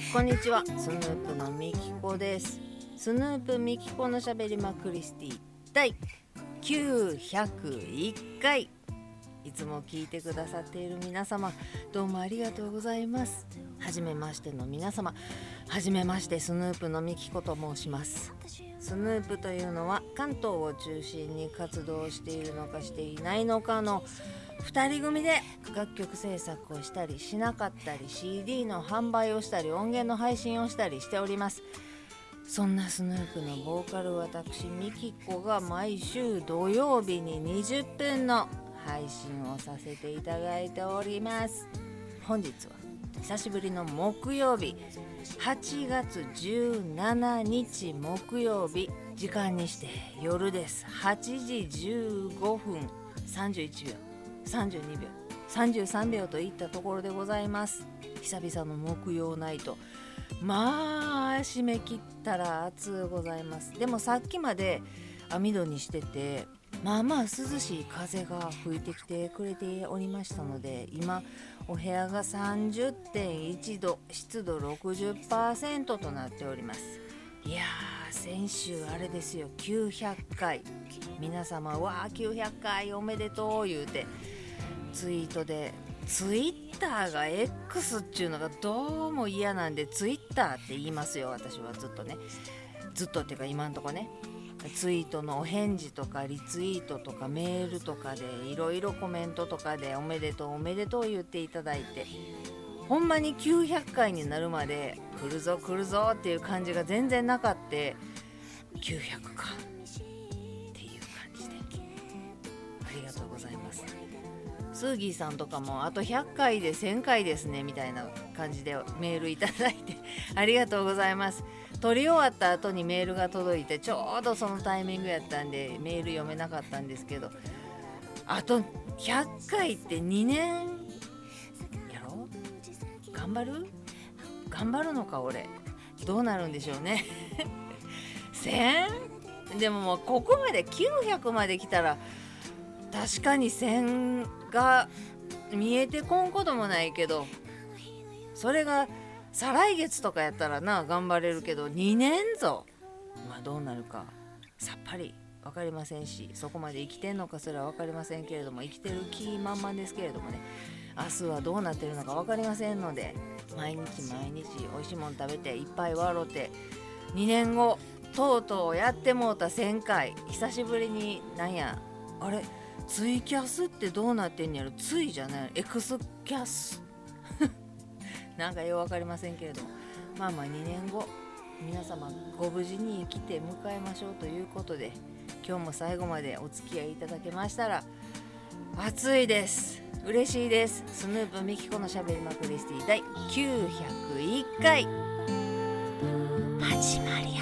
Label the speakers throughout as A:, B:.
A: こんにちは、スヌープのみきこです。スヌープみきこのしゃべりまクリスティ第901回。いつも聞いてくださっている皆様、どうもありがとうございます。はじめましての皆様、はじめまして、スヌープのみきこと申します。スヌープというのは関東を中心に活動しているのかしていないのかの2人組で楽曲制作をしたりしなかったり CD の販売をしたり音源の配信をしたりしております。そんなスヌープのボーカル私みきこが毎週土曜日に20分の配信をさせていただいております。本日は久しぶりの木曜日、8月17日木曜日、時間にして夜です。8時15分31秒32秒33秒といったところでございます。久々の木曜ナイト、まあ締め切ったら暑うございます。でもさっきまで網戸にしてて、まあまあ涼しい風が吹いてきてくれておりましたので、今お部屋が 30.1 度、湿度 60% となっております。いやー、先週あれですよ、900回皆様わー900回おめでとう言うてツイートで、ツイッターが X っていうのがどうも嫌なんで、ツイッターって言いますよ。私はずっとね、ずっとっていうか今んとこね、ツイートのお返事とかリツイートとかメールとかでいろいろコメントとかでおめでとうおめでとう言っていただいて、ほんまに900回になるまで来るぞ来るぞっていう感じが全然なかった。900かっていう感じでありがとうございます。スーギーさんとかもあと100回で1000回ですねみたいな感じでメールいただいてありがとうございます。撮り終わった後にメールが届いて、ちょうどそのタイミングやったんでメール読めなかったんですけど、あと100回って2年やろ。頑張るのか俺、どうなるんでしょうね1000でももうここまで900まで来たら確かに1000が見えてこんこともないけど、それが再来月とかやったらな頑張れるけど、2年ぞ、まあどうなるかさっぱり分かりませんし、そこまで生きてんのかすら分かりませんけれども、生きてる気満々ですけれどもね、明日はどうなってるのか分かりませんので、毎日美味しいもん食べていっぱい笑って、2年後とうとうやってもうた1000回、久しぶりになんやあれツイキャスってどうなってんやろ、ツイじゃないエクスキャスなんかよう分かりませんけれども、まあ2年後皆様ご無事に生きて迎えましょうということで、今日も最後までお付き合いいただけましたら暑いです、嬉しいです。スヌープみきこのしゃべりまクリスティ第901回始まり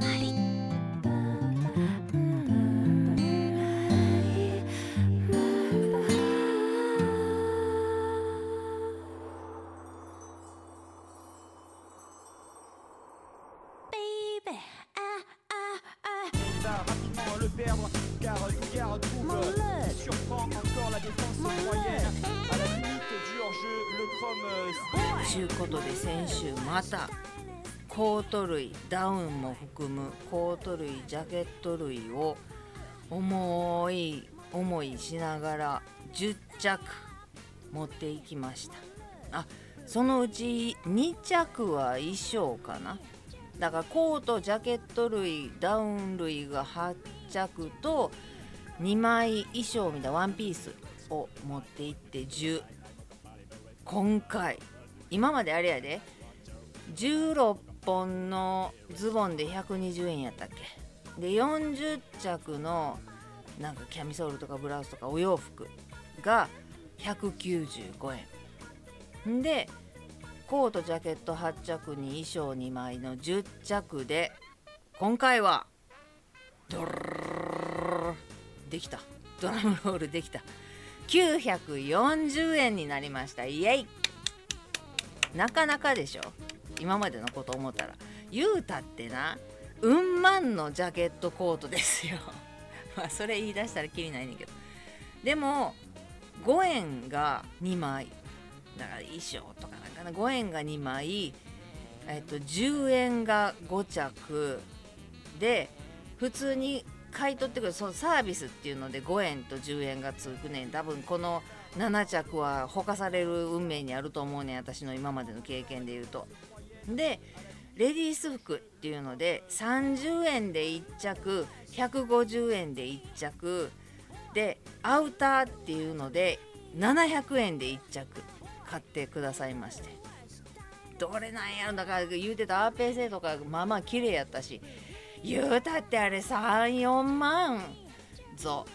A: ということで、先週またコート類、ダウンも含むコート類、ジャケット類を重いしながら10着持っていきました。そのうち2着は衣装かな。だからコート、ジャケット類、ダウン類が8着と2枚衣装みたいなワンピースを持っていって10。今回今まであれやで、16本のズボンで120円やったっけで、40着のなんかキャミソールとかブラウスとかお洋服が195円で、コートジャケット8着に衣装2枚の10着で、今回はドルルできた、ドラムロールできた、940円になりました。イエイ。なかなかでしょ、今までのこと思ったら。言うたってな、うんまんのジャケットコートですよまあそれ言い出したらきりないねんけど、でも5円が2枚だから、衣装とかなんかな、5円が2枚 10円が5着で、普通に買い取ってくるそのサービスっていうので5円と10円がつくねん。多分この7着はほかされる運命にあると思うねん、私の今までの経験で言うと。でレディース服っていうので30円で1着、150円で1着で、アウターっていうので700円で1着買ってくださいまして、どれなんやろ。だから言うてたアーペー製とかまあまあ綺麗やったし、言うたってあれ3、4万ぞ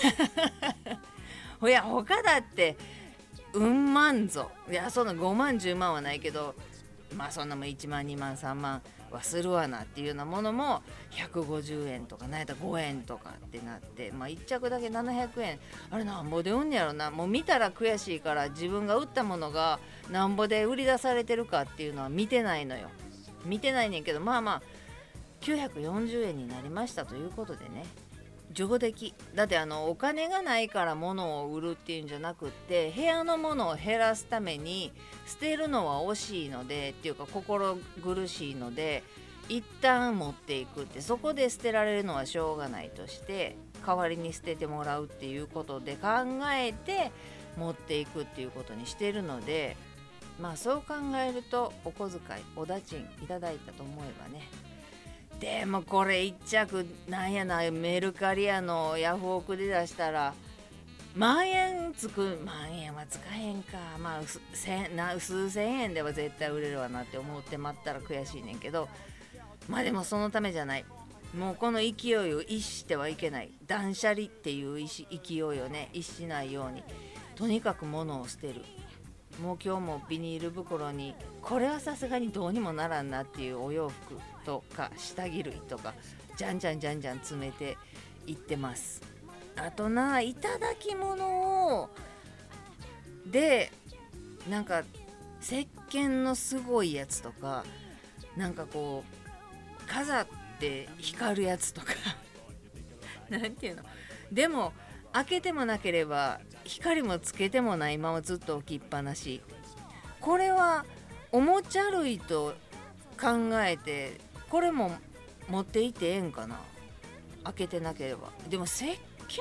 A: いや他だって万ぞ。いやそんな5万10万はないけど、まあそんなもん1万2万3万はするわなっていうようなものも150円とかなんやったら5円とかってなって、まあ1着だけ700円、あれなんぼで売んねやろな。もう見たら悔しいから、自分が売ったものがなんぼで売り出されてるかっていうのは見てないのよ。見てないねんけど、まあまあ940円になりましたということでね、上出来だって。お金がないから物を売るっていうんじゃなくって、部屋のものを減らすために捨てるのは惜しいのでっていうか心苦しいので、一旦持っていくって、そこで捨てられるのはしょうがないとして代わりに捨ててもらうっていうことで考えて持っていくっていうことにしてるので、まあそう考えるとお小遣いお駄賃いただいたと思えばね。でもこれ1着なんやな、メルカリやのヤフオクで出したら万円つく。万円は使えんか。まあ数千円では絶対売れるわなって思って待ったら悔しいねんけど、まあでもそのためじゃない。もうこの勢いを逸してはいけない。断捨離っていう勢いをね逸しないように、とにかく物を捨てる。もう今日もビニール袋にこれはさすがにどうにもならんなっていうお洋服とか下着類とかじゃんじゃん詰めていってます。あといただき物をでなんか石鹸のすごいやつとか、なんかこう飾って光るやつとかなんていうの、でも開けてもなければ光もつけてもないままずっと置きっぱなし。これはおもちゃ類と考えてこれも持っていってええんかな、開けてなければ。でも石鹸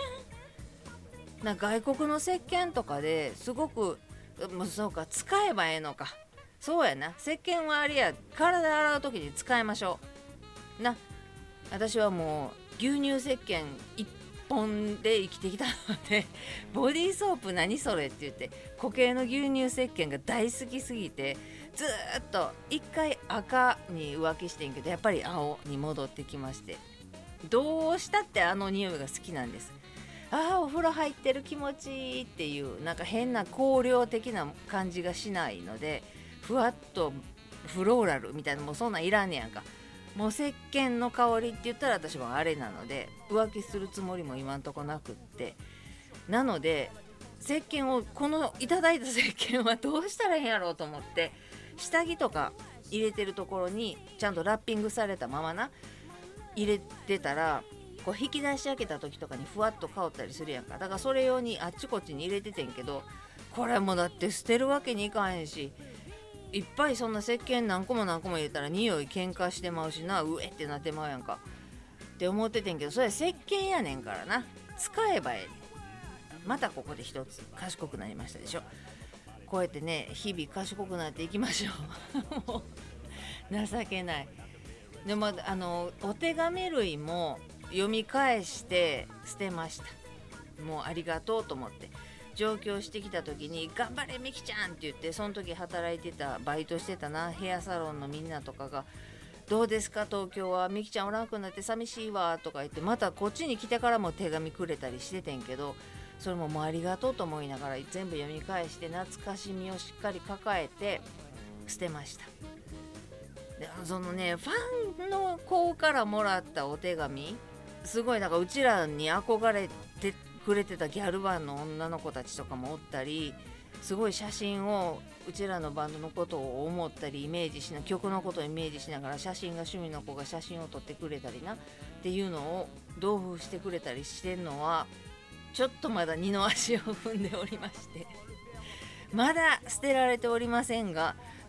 A: 外国の石鹸とかですごく、もうそうか、使えばええのか。そうやな、石鹸はあれや、体洗う時に使いましょうな。私はもう牛乳石鹸一本で生きてきたのでボディーソープ何それって言って固形の牛乳石鹸が大好きすぎて、ずっと一回赤に浮気してんけどやっぱり青に戻ってきまして、どうしたってあの匂いが好きなんです。お風呂入ってる気持ちいいっていう、なんか変な香料的な感じがしないので、ふわっとフローラルみたいな、もうそんなんいらんねやんか。もう石鹸の香りって言ったら私はあれなので、浮気するつもりも今んとこなくって、なので石鹸をこのいただいた石鹸はどうしたらいいんやろうと思って、下着とか入れてるところにちゃんとラッピングされたままな入れてたら、こう引き出し開けた時とかにふわっと香ったりするやんか。だからそれ用にあっちこっちに入れててんけど、これもだって捨てるわけにいかへんし、いっぱいそんな石鹸何個も入れたら匂い喧嘩してまうしな、うえってなってまうやんかって思っててんけど、それ石鹸やねんからな、使えばええ。またここで一つ賢くなりましたでしょ。こうやってね日々賢くなっていきましょうもう情けない。でもお手紙類も読み返して捨てました。もうありがとうと思って、上京してきた時に頑張れみきちゃんって言って、その時働いてたバイトしてたなヘアサロンのみんなとかが、どうですか東京は、みきちゃんおらんくなって寂しいわとか言って、またこっちに来てからも手紙くれたりしててんけど、それももうありがとうと思いながら全部読み返して懐かしみをしっかり抱えて捨てました。でそのねファンの子からもらったお手紙、すごいなんかうちらに憧れてくれてたギャルバンの女の子たちとかもおったり、すごい写真をうちらのバンドのことを思ったりイメージしな、曲のことをイメージしながら写真が趣味の子が写真を撮ってくれたりなっていうのを同封してくれたりしてんのは、ちょっとまだ二の足を踏んでおりましてまだ捨てられておりませんが、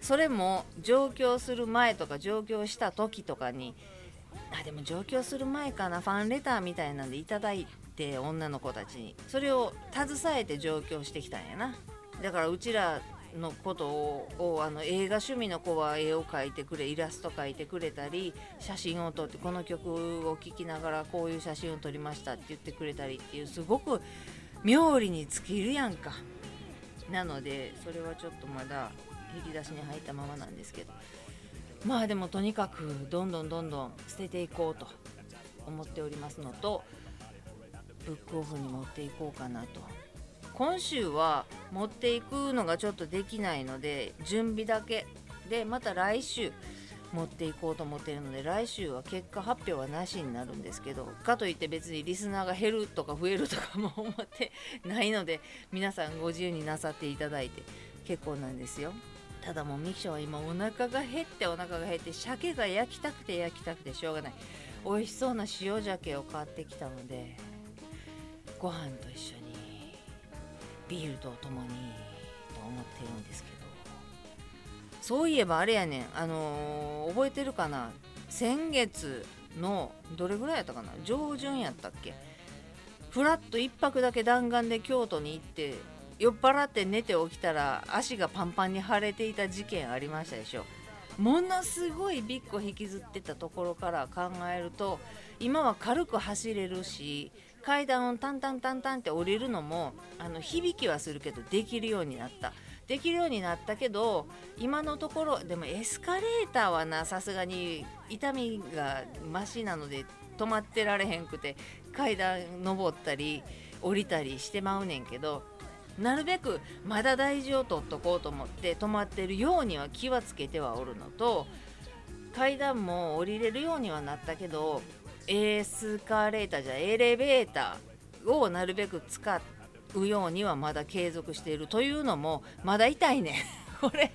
A: それも上京する前とか上京した時とかに、でも上京する前かな、ファンレターみたいなんでいただいて、女の子たちにそれを携えて上京してきたんやな。だからうちらのことを映画趣味の子は絵を描いてくれ、イラスト描いてくれたり、写真を撮って、この曲を聴きながらこういう写真を撮りましたって言ってくれたりっていう、すごく妙利に尽きるやんか。なのでそれはちょっとまだ引き出しに入ったままなんですけど、まあでもとにかくどんどん捨てていこうと思っておりますのと、ブックオフに持っていこうかなと。今週は持っていくのがちょっとできないので、準備だけでまた来週持っていこうと思っているので、来週は結果発表はなしになるんですけど、かといって別にリスナーが減るとか増えるとかも思ってないので、皆さんご自由になさっていただいて結構なんですよ。ただもうミキショは今お腹が減って、鮭が焼きたくてしょうがない。美味しそうな塩鮭を買ってきたので、ご飯と一緒にビールとともにと思ってるんですけど、そういえばあれやねん、覚えてるかな、先月のどれぐらいやったかな、上旬やったっけ、ふらっと一泊だけ弾丸で京都に行って、酔っ払って寝て起きたら足がパンパンに腫れていた事件ありましたでしょ。ものすごいビッコ引きずってたところから考えると、今は軽く走れるし、階段をタンタンって降りるのも響きはするけどできるようになったけど、今のところでもエスカレーターはな、さすがに痛みがマシなので止まってられへんくて、階段登ったり降りたりしてまうねんけど、なるべくまだ大事を取っとこうと思って止まってるようには気はつけてはおるのと、階段も降りれるようにはなったけど、エスカレーターエレベーターをなるべく使うようにはまだ継続している。というのもまだ痛いねんこれ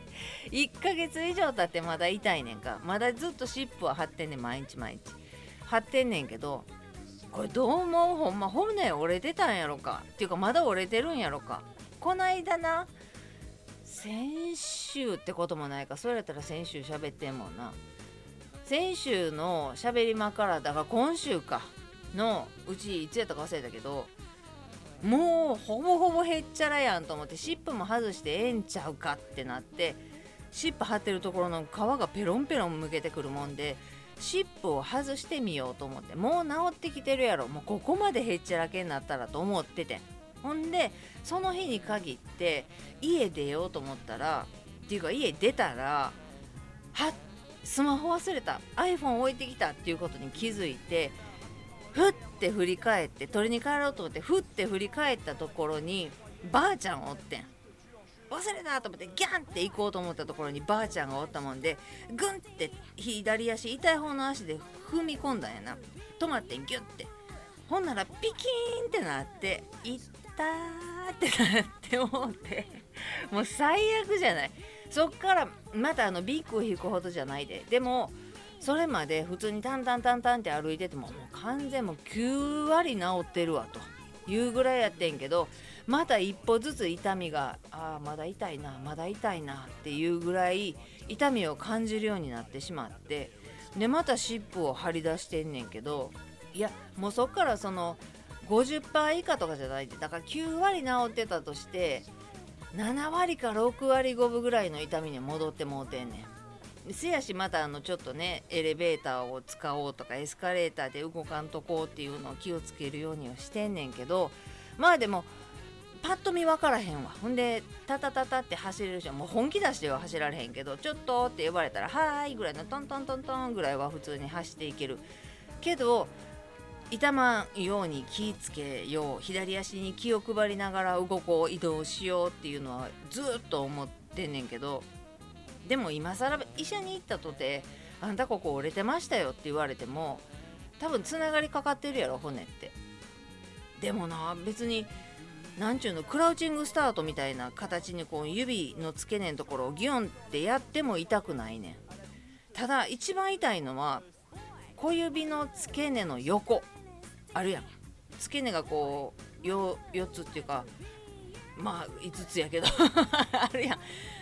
A: 1ヶ月以上経ってまだ痛いねんか。まだずっと湿布は貼ってんねん、毎日貼ってんねんけど、これどう思う？ほんま骨折れてたんやろかっていうか、まだ折れてるんやろか。こないだな、先週ってこともないか、それやったら先週喋ってんもんな。先週の喋り間からだから今週かのうちいつやったか忘れたけど、もうほぼほぼへっちゃらやんと思って、湿布も外してええんちゃうかってなって、湿布貼ってるところの皮がペロンペロンむけてくるもんで、湿布を外してみようと思って、もう治ってきてるやろ、もうここまでへっちゃらけになったらと思ってて、ほんでその日に限って家出ようと思ったら、っていうか家出たら、スマホ忘れた、 iPhone 置いてきたっていうことに気づいて、ふって振り返って、取りに帰ろうと思ってふって振り返ったところにばあちゃんおってん。忘れたと思ってギャンって行こうと思ったところにばあちゃんがおったもんで、グンって左足、痛い方の足で踏み込んだんやな。止まってん、ギュッて。ほんならピキーンってなって、いったーってなって思って、もう最悪じゃない。そっからまたビッグを引くほどじゃないで、でもそれまで普通にタンタンって歩いてても、もう完全もう9割治ってるわというぐらいやってんけど、また一歩ずつ痛みが、まだ痛いなっていうぐらい痛みを感じるようになってしまって、でまた湿布を貼り出してんねんけど、いやもうそっからその 50% 以下とかじゃないで、だから9割治ってたとして7割か6割5分ぐらいの痛みに戻ってもうてんねん。せやし、またちょっとね、エレベーターを使おうとかエスカレーターで動かんとこうっていうのを気をつけるようにはしてんねんけど、まあでもパッと見分からへんわ。ほんでタタタタって走れる人もう本気出しては走られへんけど、ちょっとって呼ばれたらはーいぐらいのトントントントンぐらいは普通に走っていけるけど、痛まんように気ぃつけよう、左足に気を配りながら移動しようっていうのはずっと思ってんねんけど、でも今更医者に行ったとて、あんたここ折れてましたよって言われても、多分つながりかかってるやろ骨って。でもな、別になんちゅうの、クラウチングスタートみたいな形にこう指の付け根のところをギュンってやっても痛くないねん。ただ一番痛いのは小指の付け根の横あるやん。付け根がこう4つっていうか、まあ5つやけどあるやん。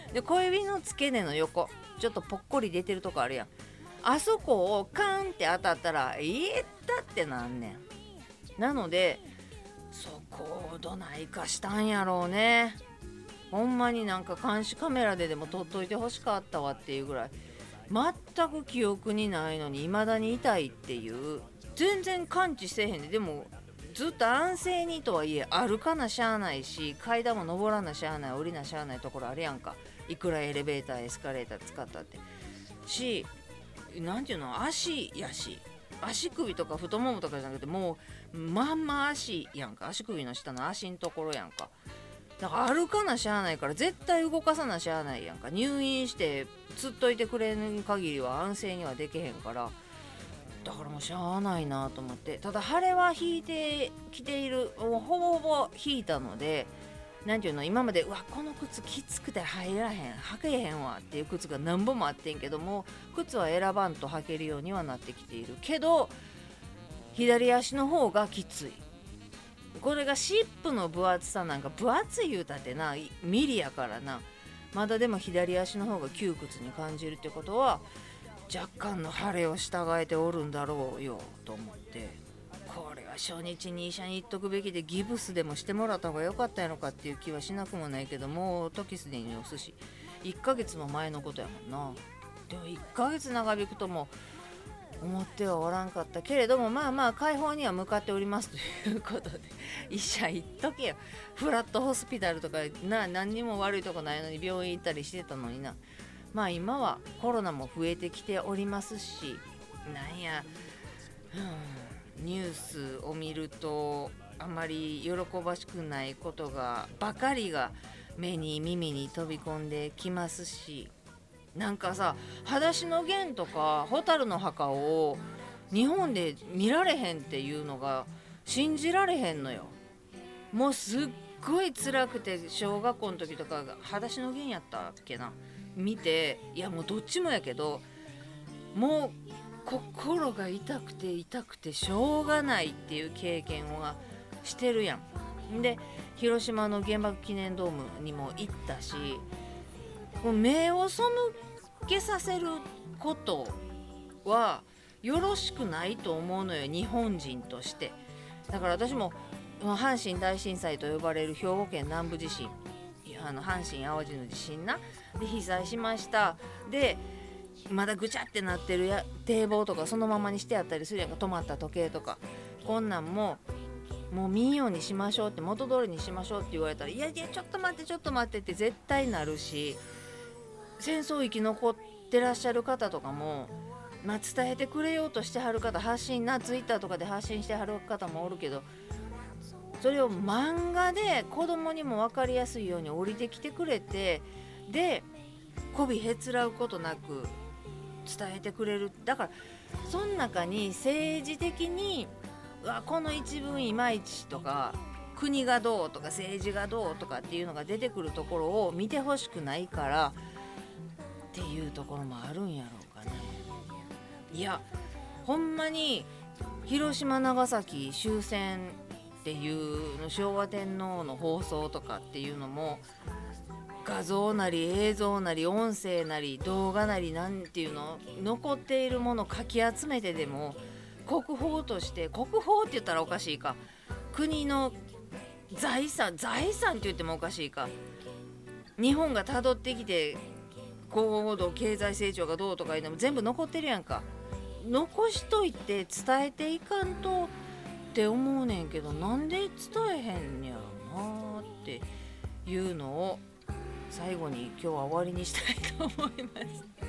A: で小指の付け根の横ちょっとぽっこり出てるとこあるやん、あそこをカーンって当たったらったってなんねん。なのでそこをどないかしたんやろうね。ほんまになんか監視カメラででも撮っといてほしかったわっていうぐらい、全く記憶にないのに未だに痛いっていう、全然感知せえへんで、でもずっと安静にとはいえ歩かなしゃあないし、階段も登らなしゃあない、降りなしゃあないところあるやんか、いくらエレベーターエスカレーター使ったってし、なんていうの、足やし、足首とか太ももとかじゃなくてもうまんま足やんか、足首の下の足のところやんか。だから歩かなしゃあないから絶対動かさなしゃあないやんか。入院してつっといてくれん限りは安静にはできへんから、だからもうしゃあないなと思って。ただ腫れは引いてきている、もうほぼほぼ引いたので、なんていうの、今までうわこの靴きつくて入らへん、履けへんわっていう靴が何本もあってんけども、靴は選ばんと履けるようにはなってきているけど、左足の方がきつい。これがシップの分厚さなんか、分厚い言うたってなミリやからな、まだでも左足の方が窮屈に感じるってことは若干の腫れを従えておるんだろうよと思って、これは初日に医者に言っとくべきでギブスでもしてもらった方が良かったやろかっていう気はしなくもないけど、もう時すでにお寿司1ヶ月も前のことやもんな。でも1ヶ月長引くとも思ってはおらんかったけれども、まあまあ解放には向かっておりますということで、医者行っとけよ。フラットホスピタルとか何にも悪いとこないのに病院行ったりしてたのにな。まあ今はコロナも増えてきておりますし、なんや、ニュースを見るとあまり喜ばしくないことばかりが目に耳に飛び込んできますし、なんかさ、裸足の弦とか蛍の墓を日本で見られへんっていうのが信じられへんのよ。もうすっごい辛くて、小学校の時とか裸足の弦やったっけな、見て、いやもうどっちもやけど、もう心が痛くて痛くてしょうがないっていう経験はしてるやん。で広島の原爆記念ドームにも行ったし、もう目を背けさせることはよろしくないと思うのよ、日本人として。だから私も阪神大震災と呼ばれる兵庫県南部地震、阪神淡路の地震なで被災しました。でまだぐちゃってなってる堤防とかそのままにしてあったりするやんか、止まった時計とか、こんなんもう見んようにしましょうって、元通りにしましょうって言われたら、いやいやちょっと待ってって絶対なるし、戦争生き残ってらっしゃる方とかも、伝えてくれようとしてはる方、発信なツイッターとかで発信してはる方もおるけど、それを漫画で子供にも分かりやすいように降りてきてくれて、で媚びへつらうことなく伝えてくれる。だからその中に政治的にこの一文いまいちとか、国がどうとか政治がどうとかっていうのが出てくるところを見てほしくないからっていうところもあるんやろうかね。いやほんまに広島長崎終戦っていうの、昭和天皇の放送とかっていうのも、画像なり映像なり音声なり動画なりなんていうの、残っているものをかき集めてでも国宝として、国宝って言ったらおかしいか、国の財産って言ってもおかしいか、日本が辿ってきて高度経済成長がどうとかいうのも全部残ってるやんか。残しといて伝えていかんとって思うねんけど、なんで伝えへんやろなっていうのを最後に今日は終わりにしたいと思います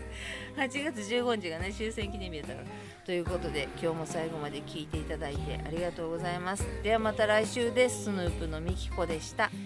A: 。8月15日がね終戦記念日だったからということで、今日も最後まで聞いていただいてありがとうございます。ではまた来週です。スヌープのみきこでした。